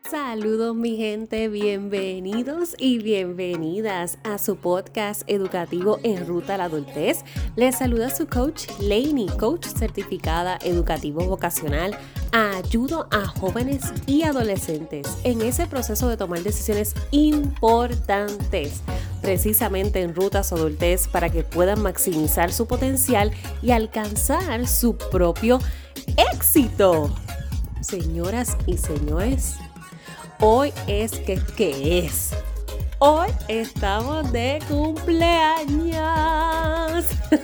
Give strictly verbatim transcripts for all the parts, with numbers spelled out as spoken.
Saludos mi gente, bienvenidos y bienvenidas a su podcast educativo En Ruta a la Adultez. Les saluda su coach Lainey, coach certificada educativo vocacional. Ayudo a jóvenes y adolescentes en ese proceso de tomar decisiones importantes, precisamente en rutas a adultez, para que puedan maximizar su potencial y alcanzar su propio éxito. Señoras y señores, hoy es que ¿qué es? Hoy estamos de cumpleaños.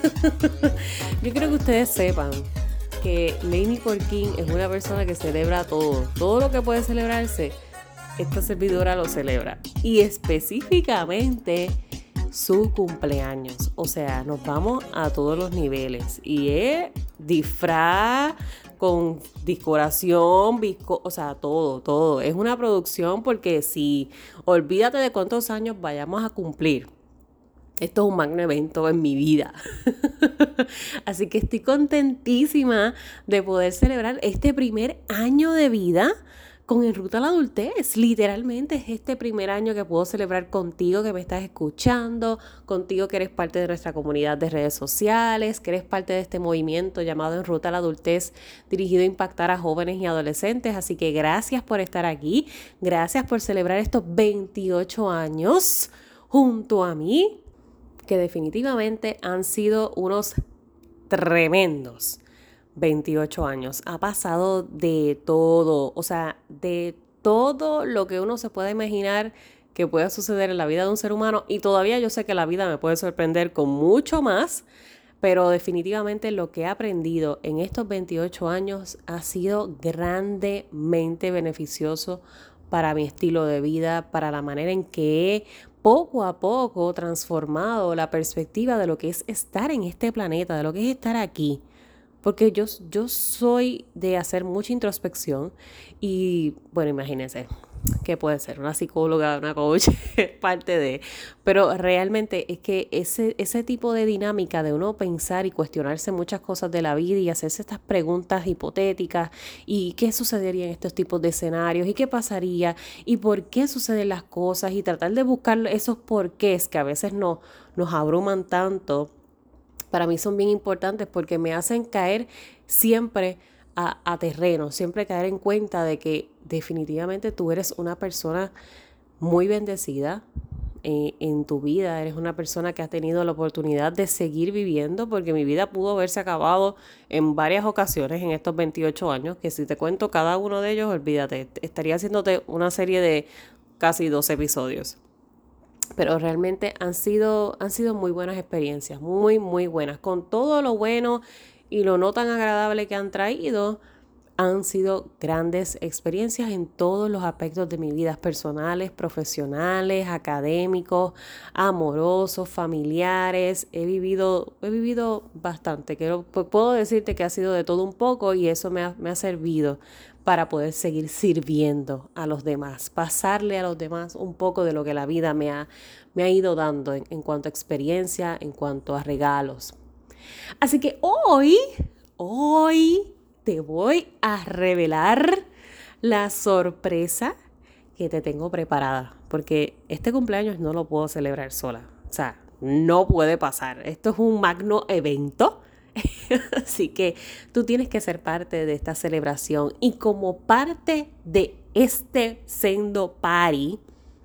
Yo quiero que ustedes sepan que Lainey Porquín es una persona que celebra todo. Todo lo que puede celebrarse, esta servidora lo celebra. Y específicamente su cumpleaños. O sea, nos vamos a todos los niveles. Y es disfraz con decoración, visco, o sea, todo, todo. Es una producción porque si, olvídate de cuántos años vayamos a cumplir. Esto es un magno evento en mi vida. Así que estoy contentísima de poder celebrar este primer año de vida con En Ruta a la Adultez. Literalmente es este primer año que puedo celebrar contigo que me estás escuchando, contigo que eres parte de nuestra comunidad de redes sociales, que eres parte de este movimiento llamado En Ruta a la Adultez, dirigido a impactar a jóvenes y adolescentes. Así que gracias por estar aquí, gracias por celebrar estos veintiocho años junto a mí, que definitivamente han sido unos tremendos veintiocho años. Ha pasado de todo, o sea, de todo lo que uno se pueda imaginar que pueda suceder en la vida de un ser humano, y todavía yo sé que la vida me puede sorprender con mucho más, pero definitivamente lo que he aprendido en estos veintiocho años ha sido grandemente beneficioso para mi estilo de vida, para la manera en que he poco a poco transformado la perspectiva de lo que es estar en este planeta, de lo que es estar aquí. Porque yo, yo soy de hacer mucha introspección y, bueno, imagínense, ¿qué puede ser? Una psicóloga, una coach, parte de... Pero realmente es que ese, ese tipo de dinámica de uno pensar y cuestionarse muchas cosas de la vida y hacerse estas preguntas hipotéticas y qué sucedería en estos tipos de escenarios y qué pasaría y por qué suceden las cosas y tratar de buscar esos porqués que a veces no, nos abruman tanto, para mí son bien importantes porque me hacen caer siempre a, a terreno, siempre caer en cuenta de que definitivamente tú eres una persona muy bendecida en, en tu vida, eres una persona que ha tenido la oportunidad de seguir viviendo, porque mi vida pudo haberse acabado en varias ocasiones en estos veintiocho años, que si te cuento cada uno de ellos, olvídate, estaría haciéndote una serie de casi doce episodios. Pero realmente han sido, han sido muy buenas experiencias, muy, muy buenas. Con todo lo bueno y lo no tan agradable que han traído, han sido grandes experiencias en todos los aspectos de mi vida, personales, profesionales, académicos, amorosos, familiares. He vivido, he vivido bastante. Quiero, puedo decirte que ha sido de todo un poco y eso me ha, me ha servido para poder seguir sirviendo a los demás, pasarle a los demás un poco de lo que la vida me ha, me ha ido dando en, en cuanto a experiencia, en cuanto a regalos. Así que hoy, hoy te voy a revelar la sorpresa que te tengo preparada, porque este cumpleaños no lo puedo celebrar sola, o sea, no puede pasar. Esto es un magno evento. Así que tú tienes que ser parte de esta celebración, y como parte de este Sendo Party,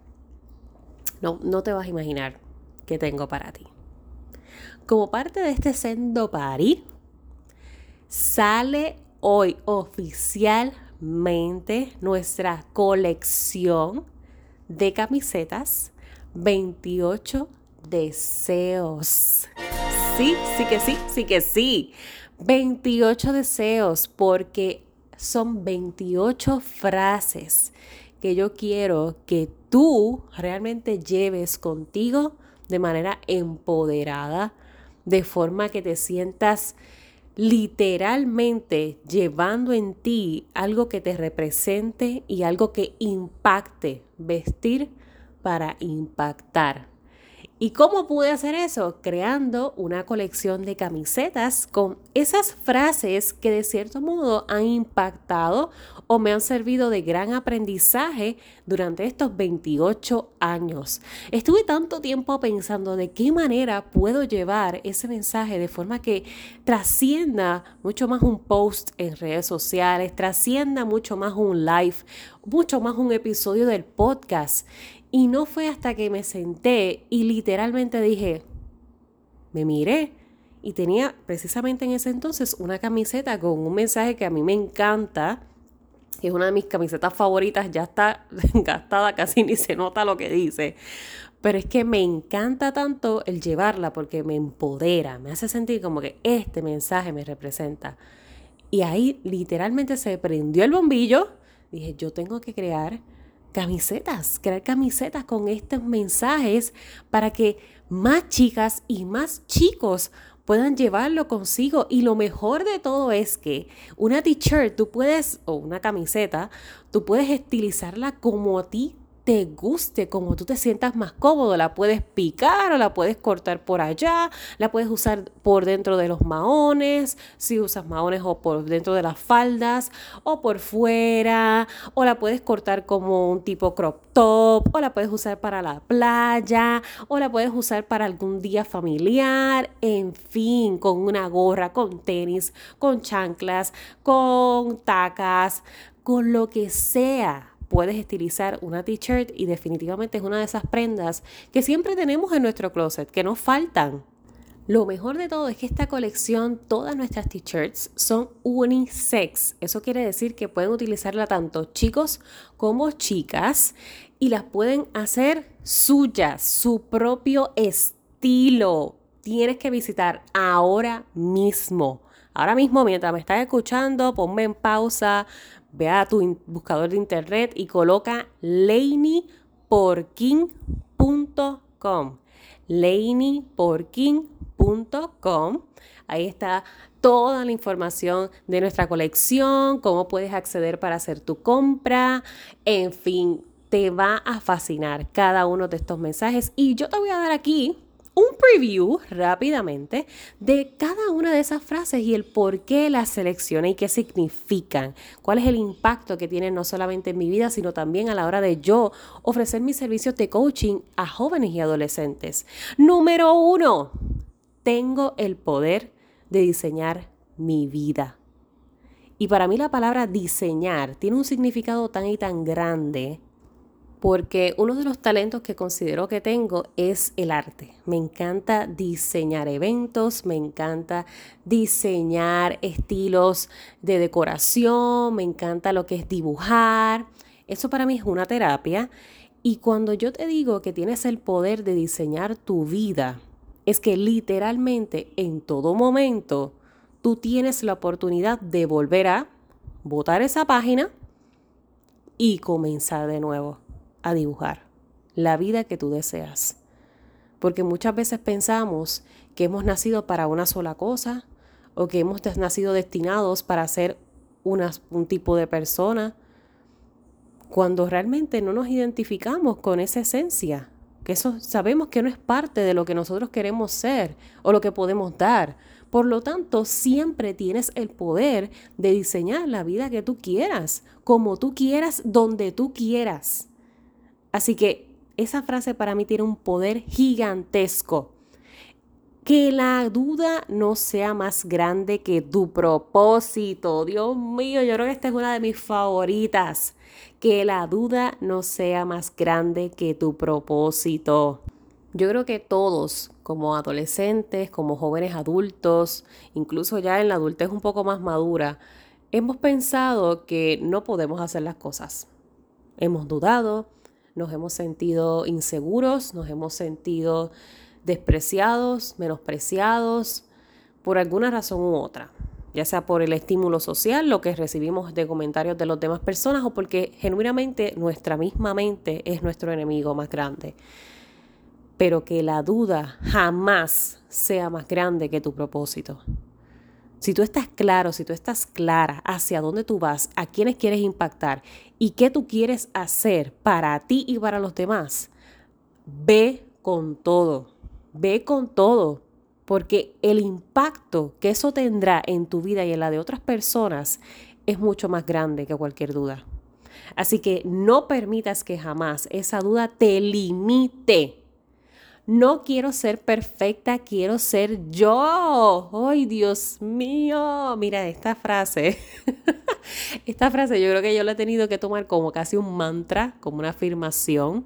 no, no te vas a imaginar qué tengo para ti. Como parte de este Sendo Party, sale hoy oficialmente nuestra colección de camisetas veintiocho deseos. Sí, sí que sí, sí que sí. veintiocho deseos, porque son veintiocho frases que yo quiero que tú realmente lleves contigo de manera empoderada, de forma que te sientas literalmente llevando en ti algo que te represente y algo que impacte. Vestir para impactar. ¿Y cómo pude hacer eso? Creando una colección de camisetas con esas frases que de cierto modo han impactado o me han servido de gran aprendizaje durante estos veintiocho años. Estuve tanto tiempo pensando de qué manera puedo llevar ese mensaje de forma que trascienda mucho más un post en redes sociales, trascienda mucho más un live, mucho más un episodio del podcast. Y no fue hasta que me senté y literalmente dije, me miré y tenía precisamente en ese entonces una camiseta con un mensaje que a mí me encanta, que es una de mis camisetas favoritas, ya está gastada, casi ni se nota lo que dice. Pero es que me encanta tanto el llevarla porque me empodera, me hace sentir como que este mensaje me representa. Y ahí literalmente se prendió el bombillo, dije, yo tengo que crear camisetas, crear camisetas con estos mensajes para que más chicas y más chicos puedan llevarlo consigo. Y lo mejor de todo es que una t-shirt tú puedes, o una camiseta, tú puedes estilizarla como a ti te guste, como tú te sientas más cómodo. La puedes picar o la puedes cortar por allá, la puedes usar por dentro de los maones, si usas maones, o por dentro de las faldas, o por fuera, o la puedes cortar como un tipo crop top, o la puedes usar para la playa, o la puedes usar para algún día familiar, en fin, con una gorra, con tenis, con chanclas, con tacas, con lo que sea. Puedes estilizar una t-shirt y definitivamente es una de esas prendas que siempre tenemos en nuestro closet, que nos faltan. Lo mejor de todo es que esta colección, todas nuestras t-shirts son unisex. Eso quiere decir que pueden utilizarla tanto chicos como chicas y las pueden hacer suyas, su propio estilo. Tienes que visitar ahora mismo. Ahora mismo, mientras me estás escuchando, ponme en pausa, ve a tu buscador de internet y coloca lainey porkin punto com. lainey porkin punto com. Ahí está toda la información de nuestra colección, cómo puedes acceder para hacer tu compra, en fin, te va a fascinar cada uno de estos mensajes y yo te voy a dar aquí un preview rápidamente de cada una de esas frases y el por qué las seleccioné y qué significan, cuál es el impacto que tienen no solamente en mi vida, sino también a la hora de yo ofrecer mis servicios de coaching a jóvenes y adolescentes. Número uno, tengo el poder de diseñar mi vida. Y para mí la palabra diseñar tiene un significado tan y tan grande porque uno de los talentos que considero que tengo es el arte. Me encanta diseñar eventos, me encanta diseñar estilos de decoración, me encanta lo que es dibujar. Eso para mí es una terapia. Y cuando yo te digo que tienes el poder de diseñar tu vida, es que literalmente en todo momento tú tienes la oportunidad de volver a botar esa página y comenzar de nuevo a dibujar la vida que tú deseas. Porque muchas veces pensamos que hemos nacido para una sola cosa o que hemos nacido destinados para ser una, un tipo de persona, cuando realmente no nos identificamos con esa esencia, que eso sabemos que no es parte de lo que nosotros queremos ser o lo que podemos dar. Por lo tanto, siempre tienes el poder de diseñar la vida que tú quieras, como tú quieras, donde tú quieras. Así que esa frase para mí tiene un poder gigantesco. Que la duda no sea más grande que tu propósito. Dios mío, yo creo que esta es una de mis favoritas. Que la duda no sea más grande que tu propósito. Yo creo que todos, como adolescentes, como jóvenes adultos, incluso ya en la adultez un poco más madura, hemos pensado que no podemos hacer las cosas. Hemos dudado. Nos hemos sentido inseguros, nos hemos sentido despreciados, menospreciados, por alguna razón u otra. Ya sea por el estímulo social, lo que recibimos de comentarios de las demás personas, o porque genuinamente nuestra misma mente es nuestro enemigo más grande. Pero que la duda jamás sea más grande que tu propósito. Si tú estás claro, si tú estás clara hacia dónde tú vas, a quiénes quieres impactar y qué tú quieres hacer para ti y para los demás, ve con todo, ve con todo, porque el impacto que eso tendrá en tu vida y en la de otras personas es mucho más grande que cualquier duda. Así que no permitas que jamás esa duda te limite. No quiero ser perfecta, quiero ser yo. ¡Ay, Dios mío! Mira, esta frase, esta frase yo creo que yo la he tenido que tomar como casi un mantra, como una afirmación,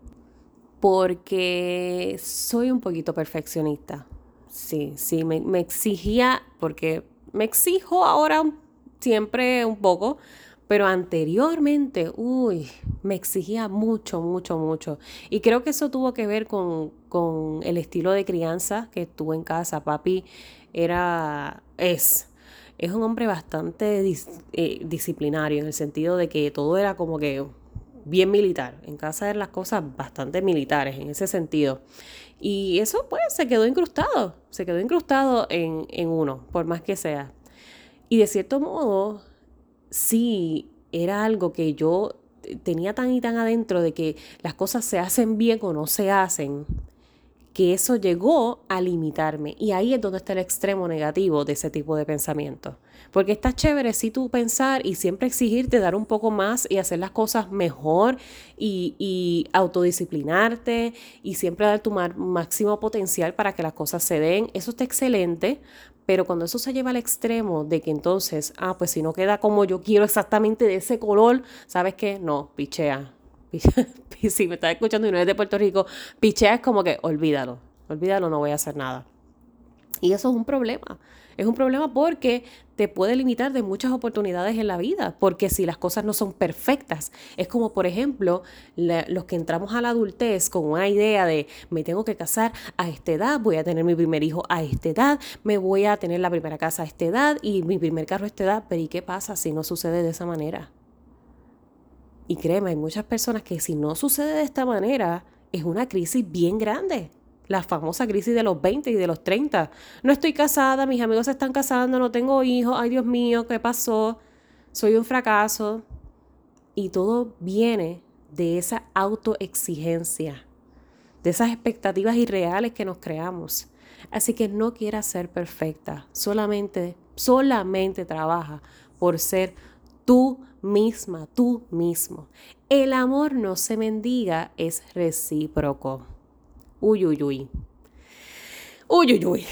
porque soy un poquito perfeccionista. Sí, sí, me, me exigía, porque me exijo ahora siempre un poco, pero anteriormente, uy, me exigía mucho, mucho, mucho. Y creo que eso tuvo que ver con, con el estilo de crianza que tuve en casa. Papi era, es, es un hombre bastante dis, eh, disciplinario en el sentido de que todo era como que bien militar. En casa eran las cosas bastante militares en ese sentido. Y eso pues se quedó incrustado, se quedó incrustado en, en uno, por más que sea. Y de cierto modo, sí, era algo que yo tenía tan y tan adentro de que las cosas se hacen bien o no se hacen, que eso llegó a limitarme. Y ahí es donde está el extremo negativo de ese tipo de pensamiento. Porque está chévere sí tú pensar y siempre exigirte dar un poco más y hacer las cosas mejor y, y autodisciplinarte y siempre dar tu máximo potencial para que las cosas se den. Eso está excelente, pero cuando eso se lleva al extremo de que entonces, ah, pues si no queda como yo quiero exactamente de ese color, ¿sabes qué? No, pichea. Si me estás escuchando y no eres de Puerto Rico, pichea es como que olvídalo, olvídalo, no voy a hacer nada. Y eso es un problema. Es un problema porque te puede limitar de muchas oportunidades en la vida, porque si las cosas no son perfectas, es como por ejemplo la, los que entramos a la adultez con una idea de me tengo que casar a esta edad, voy a tener mi primer hijo a esta edad, me voy a tener la primera casa a esta edad y mi primer carro a esta edad, pero ¿y qué pasa si no sucede de esa manera? Y créeme, hay muchas personas que si no sucede de esta manera, es una crisis bien grande. La famosa crisis de los veinte y de los treinta. No estoy casada, mis amigos se están casando, no tengo hijos, ay Dios mío, ¿qué pasó? Soy un fracaso. Y todo viene de esa autoexigencia, de esas expectativas irreales que nos creamos. Así que no quieras ser perfecta, solamente, solamente trabaja por ser tú misma, tú mismo. El amor no se mendiga, es recíproco. Uy, uy, uy. Uy, uy, uy.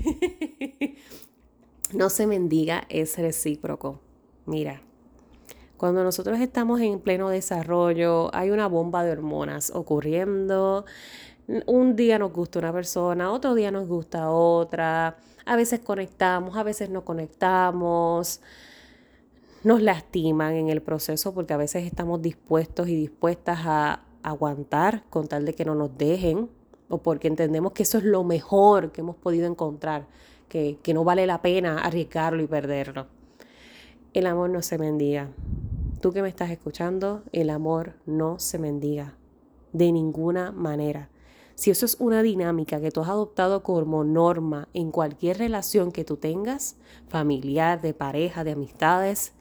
No se mendiga, es recíproco. Mira, cuando nosotros estamos en pleno desarrollo, hay una bomba de hormonas ocurriendo. Un día nos gusta una persona, otro día nos gusta otra. A veces conectamos, a veces no conectamos. Nos lastiman en el proceso porque a veces estamos dispuestos y dispuestas a aguantar con tal de que no nos dejen o porque entendemos que eso es lo mejor que hemos podido encontrar, que, que no vale la pena arriesgarlo y perderlo. El amor no se mendiga. Tú que me estás escuchando, el amor no se mendiga de ninguna manera. Si eso es una dinámica que tú has adoptado como norma en cualquier relación que tú tengas, familiar, de pareja, de amistades,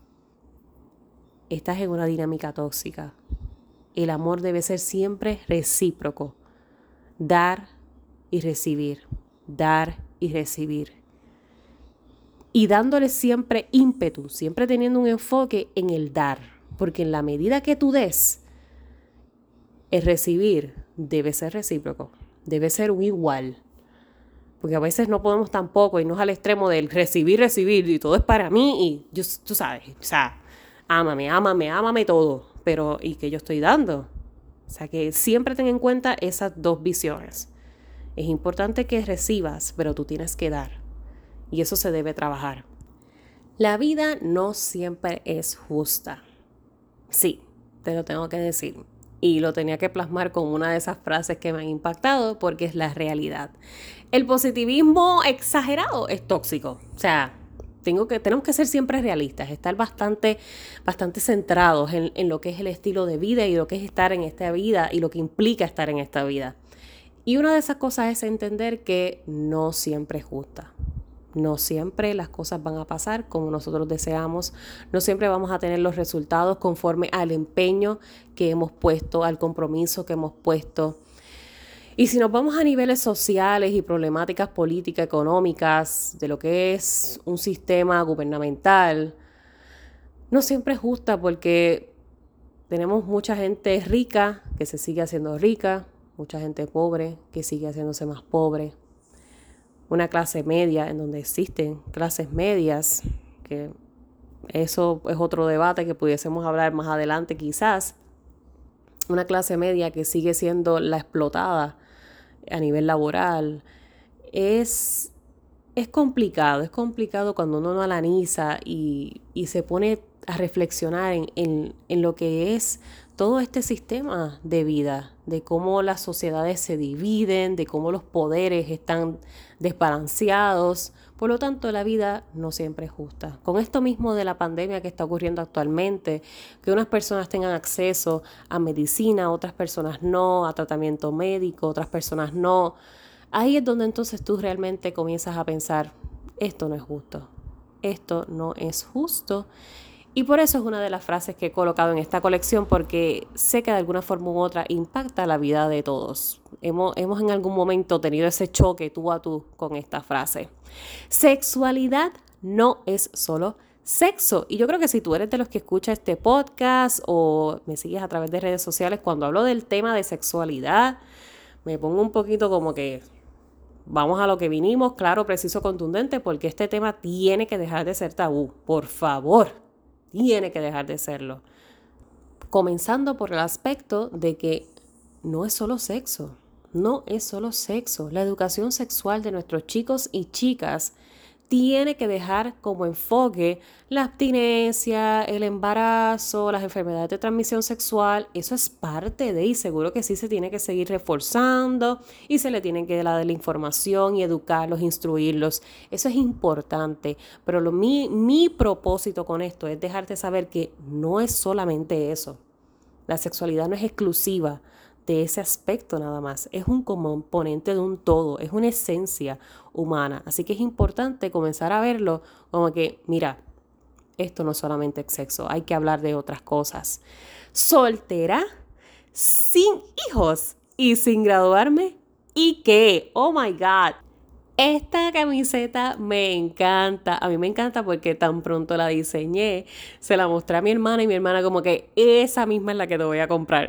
estás en una dinámica tóxica. El amor debe ser siempre recíproco. Dar y recibir. Dar y recibir. Y dándole siempre ímpetu, siempre teniendo un enfoque en el dar. Porque en la medida que tú des, el recibir debe ser recíproco. Debe ser un igual. Porque a veces no podemos tampoco irnos al extremo del recibir, recibir y todo es para mí y yo, tú sabes, o sea, ámame, ámame, ámame todo, pero ¿y qué yo estoy dando? O sea que siempre ten en cuenta esas dos visiones. Es importante que recibas, pero tú tienes que dar. Y eso se debe trabajar. La vida no siempre es justa. Sí, te lo tengo que decir. Y lo tenía que plasmar con una de esas frases que me han impactado porque es la realidad. El positivismo exagerado es tóxico. O sea, tengo que, tenemos que ser siempre realistas, estar bastante, bastante centrados en, en lo que es el estilo de vida y lo que es estar en esta vida y lo que implica estar en esta vida. Y una de esas cosas es entender que no siempre es justa. No siempre las cosas van a pasar como nosotros deseamos. No siempre vamos a tener los resultados conforme al empeño que hemos puesto, al compromiso que hemos puesto. Y si nos vamos a niveles sociales y problemáticas políticas, económicas, de lo que es un sistema gubernamental, no siempre es justa porque tenemos mucha gente rica que se sigue haciendo rica, mucha gente pobre que sigue haciéndose más pobre, una clase media en donde existen clases medias, que eso es otro debate que pudiésemos hablar más adelante quizás, una clase media que sigue siendo la explotada a nivel laboral. Es, es complicado, es complicado cuando uno lo analiza y, y se pone a reflexionar en, en, en lo que es todo este sistema de vida, de cómo las sociedades se dividen, de cómo los poderes están desbalanceados. Por lo tanto, la vida no siempre es justa. Con esto mismo de la pandemia que está ocurriendo actualmente, que unas personas tengan acceso a medicina, otras personas no, a tratamiento médico, otras personas no, ahí es donde entonces tú realmente comienzas a pensar, esto no es justo, esto no es justo. Y por eso es una de las frases que he colocado en esta colección, porque sé que de alguna forma u otra impacta la vida de todos. Hemos, hemos en algún momento tenido ese choque tú a tú con esta frase. Sexualidad no es solo sexo. Y yo creo que si tú eres de los que escucha este podcast o me sigues a través de redes sociales, cuando hablo del tema de sexualidad, me pongo un poquito como que vamos a lo que vinimos, claro, preciso, contundente, porque este tema tiene que dejar de ser tabú. Por favor. Tiene que dejar de serlo. Comenzando por el aspecto de que no es solo sexo, no es solo sexo. La educación sexual de nuestros chicos y chicas tiene que dejar como enfoque la abstinencia, el embarazo, las enfermedades de transmisión sexual. Eso es parte de, y seguro que sí se tiene que seguir reforzando y se le tiene que dar la información y educarlos, instruirlos. Eso es importante, pero lo, mi, mi propósito con esto es dejarte saber que no es solamente eso. La sexualidad no es exclusiva de ese aspecto nada más, es un componente de un todo, es una esencia humana, así que es importante comenzar a verlo como que, mira, esto no es solamente el sexo, hay que hablar de otras cosas. Soltera, sin hijos y sin graduarme, ¿y qué? Oh my God, esta camiseta me encanta, a mí me encanta porque tan pronto la diseñé, se la mostré a mi hermana y mi hermana como que esa misma es la que te voy a comprar.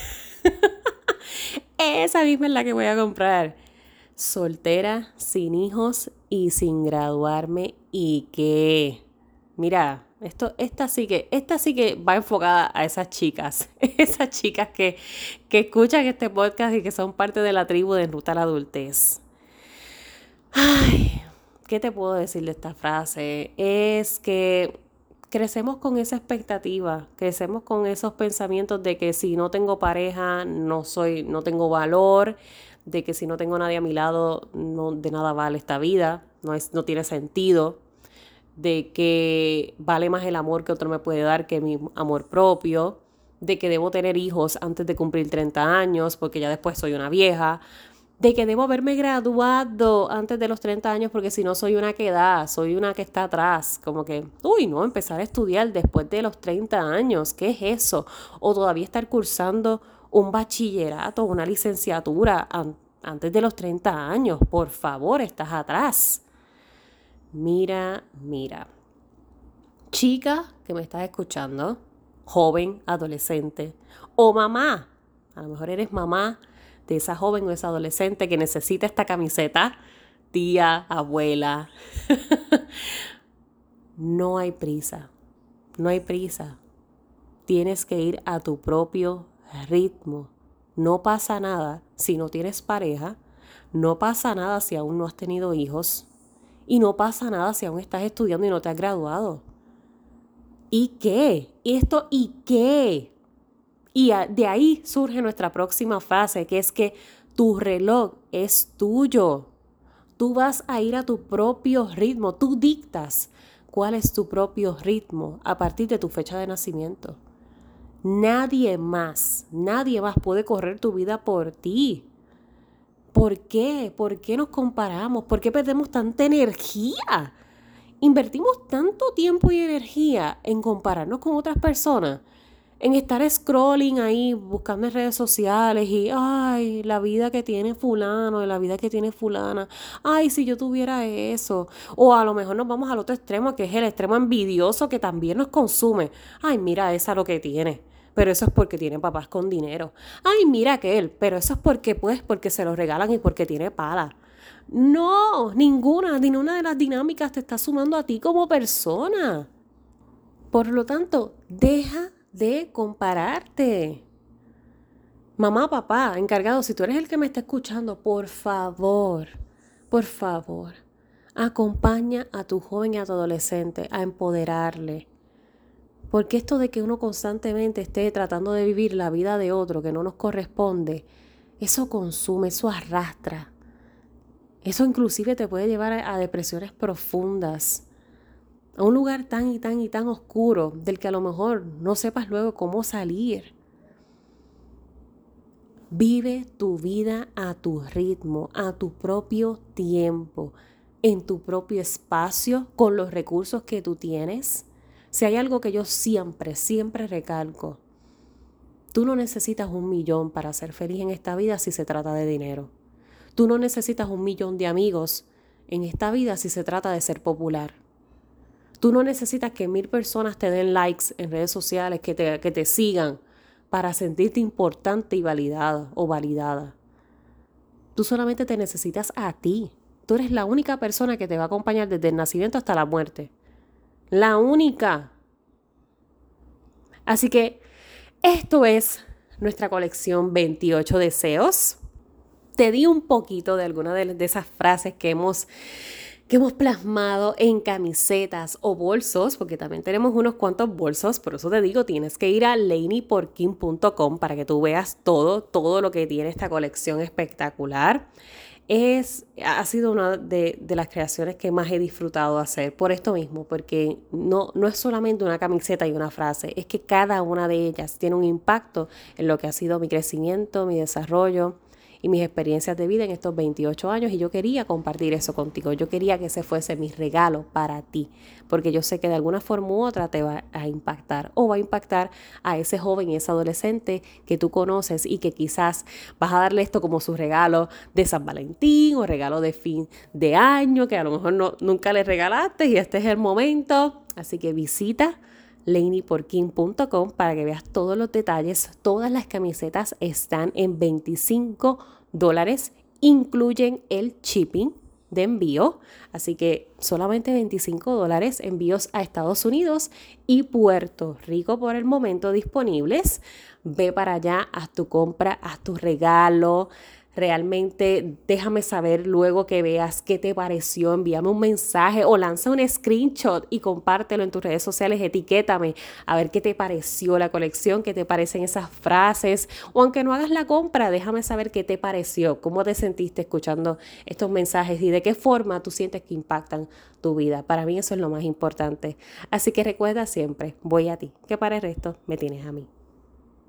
Esa misma es la que voy a comprar. Soltera, sin hijos y sin graduarme. ¿Y qué? Mira, esto, esta sí que, esta sí que va enfocada a esas chicas. Esas chicas que, que escuchan este podcast y que son parte de la tribu de En Ruta a la Adultez. Ay, ¿qué te puedo decir de esta frase? Es que crecemos con esa expectativa, crecemos con esos pensamientos de que si no tengo pareja, no soy, no tengo valor, de que si no tengo nadie a mi lado, no, de nada vale esta vida, no, es, no tiene sentido, de que vale más el amor que otro me puede dar que mi amor propio, de que debo tener hijos antes de cumplir treinta años, porque ya después soy una vieja, de que debo haberme graduado antes de los treinta años porque si no soy una que da, soy una que está atrás, como que, uy, no, empezar a estudiar después de los treinta años, ¿qué es eso? O todavía estar cursando un bachillerato, una licenciatura an- antes de los treinta años, por favor, estás atrás. Mira, mira, chica que me estás escuchando, joven, adolescente o mamá, a lo mejor eres mamá de esa joven o esa adolescente que necesita esta camiseta, tía, abuela. No hay prisa, no hay prisa. Tienes que ir a tu propio ritmo. No pasa nada si no tienes pareja, no pasa nada si aún no has tenido hijos y no pasa nada si aún estás estudiando y no te has graduado. ¿Y qué? ¿Esto y qué? Y de ahí surge nuestra próxima frase, que es que tu reloj es tuyo. Tú vas a ir a tu propio ritmo. Tú dictas cuál es tu propio ritmo a partir de tu fecha de nacimiento. Nadie más, nadie más puede correr tu vida por ti. ¿Por qué? ¿Por qué nos comparamos? ¿Por qué perdemos tanta energía? Invertimos tanto tiempo y energía en compararnos con otras personas. en estar scrolling ahí, buscando en redes sociales y, ay, la vida que tiene fulano, la vida que tiene fulana, ay, si yo tuviera eso. O a lo mejor nos vamos al otro extremo, que es el extremo envidioso que también nos consume. Ay, mira esa lo que tiene. Pero eso es porque tiene papás con dinero. Ay, mira aquel, pero eso es porque, pues, porque se lo regalan y porque tiene pala. No, ninguna, ninguna de las dinámicas te está sumando a ti como persona. Por lo tanto, deja de compararte. Mamá, papá, encargado, si tú eres el que me está escuchando, por favor, por favor, acompaña a tu joven y a tu adolescente a empoderarle. Porque esto de que uno constantemente esté tratando de vivir la vida de otro que no nos corresponde, eso consume, eso arrastra. Eso inclusive te puede llevar a, a depresiones profundas, a un lugar tan y tan y tan oscuro del que a lo mejor no sepas luego cómo salir. Vive tu vida a tu ritmo, a tu propio tiempo, en tu propio espacio, con los recursos que tú tienes. Si hay algo que yo siempre, siempre recalco, tú no necesitas un millón para ser feliz en esta vida si se trata de dinero. Tú no necesitas un millón de amigos en esta vida si se trata de ser popular. Tú no necesitas que mil personas te den likes en redes sociales, que te, que te sigan para sentirte importante y validada o validada. Tú solamente te necesitas a ti. Tú eres la única persona que te va a acompañar desde el nacimiento hasta la muerte. La única. Así que esto es nuestra colección veintiocho deseos. Te di un poquito de alguna de, de esas frases que hemos... que hemos plasmado en camisetas o bolsos, porque también tenemos unos cuantos bolsos. Por eso te digo, tienes que ir a lainey porkin punto com para que tú veas todo, todo lo que tiene esta colección espectacular. Es, ha sido una de, de las creaciones que más he disfrutado hacer, por esto mismo, porque no, no es solamente una camiseta y una frase, es que cada una de ellas tiene un impacto en lo que ha sido mi crecimiento, mi desarrollo y mis experiencias de vida en estos veintiocho años, y yo quería compartir eso contigo. Yo quería que ese fuese mi regalo para ti, porque yo sé que de alguna forma u otra te va a impactar o va a impactar a ese joven y ese adolescente que tú conoces y que quizás vas a darle esto como su regalo de San Valentín o regalo de fin de año, que a lo mejor no, nunca le regalaste y este es el momento. Así que visita lainey porkin punto com para que veas todos los detalles. Todas las camisetas están en veinticinco dólares, incluyen el shipping de envío, así que solamente veinticinco dólares, envíos a Estados Unidos y Puerto Rico por el momento disponibles. Ve para allá, haz tu compra, haz tu regalo. Realmente déjame saber luego que veas qué te pareció, envíame un mensaje o lanza un screenshot y compártelo en tus redes sociales, etiquétame a ver qué te pareció la colección, qué te parecen esas frases, o aunque no hagas la compra, déjame saber qué te pareció, cómo te sentiste escuchando estos mensajes y de qué forma tú sientes que impactan tu vida. Para mí eso es lo más importante. Así que recuerda siempre, voy a ti, que para el resto me tienes a mí.